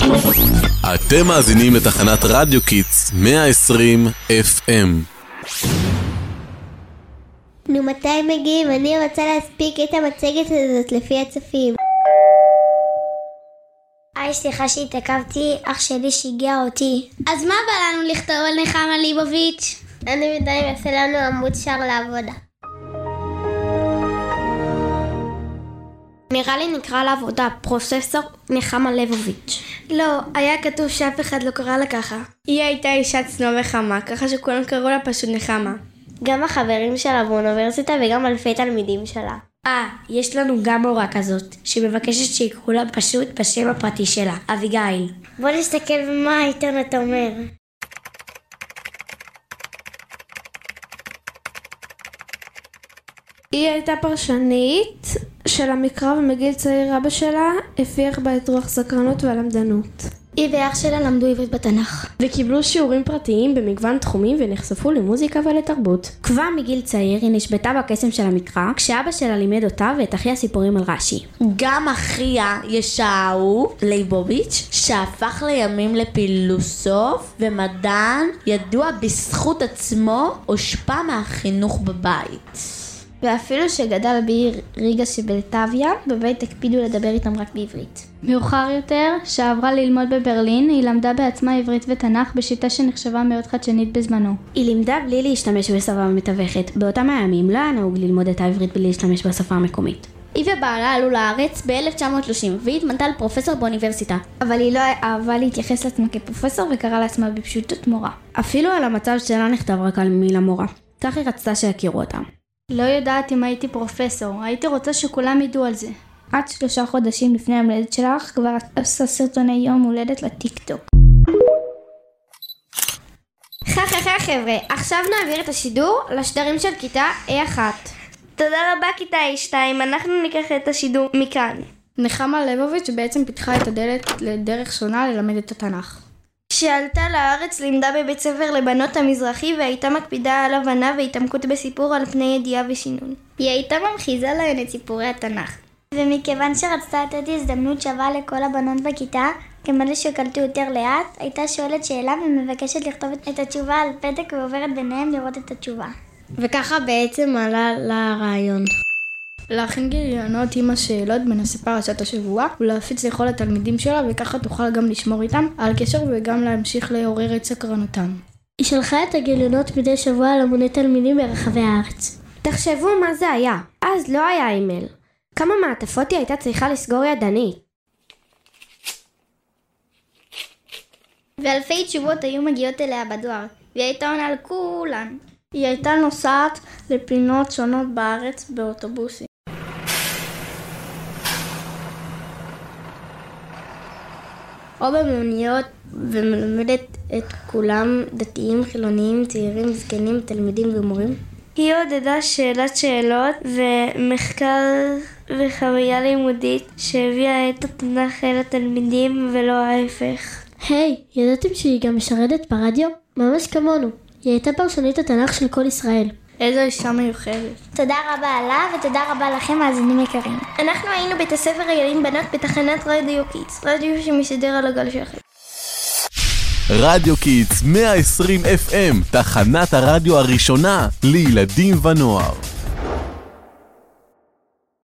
אתם מאזינים לתחנת רדיו קיטס 120 FM. נו, מתי מגיעים? אני רוצה להספיק את המצגת הזאת לפי הצופים. סליחה שהתעכבתי, אח שלי שיגע אותי. אז מה בא לנו לכתוב על נחמה ליבוביץ'? אני בינתיים אעשה לנו עמוד שר לעבודה. נראה לי נקרא לעבודה פרופסור נחמה ליבוביץ'. לא, היה כתוב שאף אחד לא קרא לה ככה. היא הייתה אישה צנועה וחמה, ככה שכולם קראו לה פשוט נחמה. גם החברים שלה באוניברסיטה וגם אלפי תלמידים שלה. יש לנו גם מורה כזאת, שמבקשת שיקראו לה פשוט בשם הפרטי שלה, אביגיל. בוא נסתכל מה האינטרנט אומר. היא הייתה פרשנית של המקרא, ומגיל צעיר אבא שלה הפיח בה את רוח סקרנות והלמדנות. היא ואח שלה למדו עברית בתנ"ך. וקיבלו שיעורים פרטיים במגוון תחומים ונחשפו למוזיקה ולתרבות. כבר מגיל צעיר היא נשבתה בקסם של המקרא, כשאבא שלה לימד אותה ואת אחיה סיפורים על רש"י. גם אחיה ישעיהו ליבוביץ', שהפך לימים לפילוסוף ומדען, ידוע בזכות עצמו, הושפע מהחינוך בבית. ואפילו שגדל בעיר ריגה שבלטביה, בבית הקפידו לדבר איתם רק בעברית. מאוחר יותר, שעברה ללמוד בברלין, היא למדה בעצמה עברית ותנ"ך בשיטה שנחשבה מאוד חדשנית בזמנו. היא לימדה בלי להשתמש בשפה מתווכת. באותם הימים לא היה נהוג ללמוד את העברית בלי להשתמש בשפה המקומית. היא ובעלה עלו לארץ ב-1930 והיא התמנתה לפרופסור באוניברסיטה. אבל היא לא אהבה להתייחס לעצמה כפרופסור וקרא לעצמה בפשוטות מורה. אפילו על המצב שלה נכתב רק על מילה מורה. כך היא רצתה שיכירו אותה. לא יודעת אם הייתי פרופסור, הייתי רוצה שכולם ידעו על זה. עד 3 חודשים לפני המולדת שלך כבר עשה סרטוני יום הולדת לטיק טוק. חבר'ה, עכשיו נעביר את השידור לשדרים של כיתה A1. תודה רבה כיתה A2, אנחנו ניקח את השידור מכאן. נחמה ליבוביץ' בעצם פיתחה את הדלת לדרך שונה ללמד את התנ"ך. כשעלתה לארץ לימדה בבית ספר לבנות המזרחי והייתה מקפידה על הבנה והתעמקות בסיפור על פני ידיעה ושינון. היא הייתה ממחיזה להן את סיפורי התנ"ך. ומכיוון שרצתה לתת הזדמנות שווה לכל הבנות בכיתה, כמובן שקלטו יותר לאט, הייתה שואלת שאלה ומבקשת לכתוב את התשובה על פתק ועוברת ביניהם לראות את התשובה. וככה בעצם עלה לרעיון. להכין גיליונות עם השאלות בנושא פרשת השבוע ולהפיץ לכל התלמידים שלה, וככה תוכל גם לשמור איתם על קשר וגם להמשיך לעורר את סקרנותם. היא שלחה את הגיליונות מדי שבוע להמוני תלמידים ברחבי הארץ. תחשבו מה זה היה. אז לא היה אימייל. כמה מעטפות היא הייתה צריכה לסגור ידנית. ואלפי תשובות היו מגיעות אליה בדואר, והיא הייתה עונה על כולן. היא הייתה נוסעת לפינות שונות בארץ באוטובוסים. או במוניות, ומלמדת את כולם, דתיים, חילוניים, צעירים, זקנים, תלמידים ומורים. היא עודדה שאלות ומחקר וחוויה לימודית שהביאה את התנ"ך אל התלמידים ולא ההפך. היי, ידעתם שהיא גם משרתת ברדיו? ממש כמונו. היא הייתה פרשנית התנ"ך של כל ישראל. איזו אישה מיוחדת. תודה רבה לה ותודה רבה לכם מאזינים יקרים. אנחנו היינו בית הספר הילדים בנות בתחנת רדיו קיטס, רדיו שמשדר על הגל שלכם. רדיו קיטס 120 FM, תחנת הרדיו הראשונה לילדים ונוער.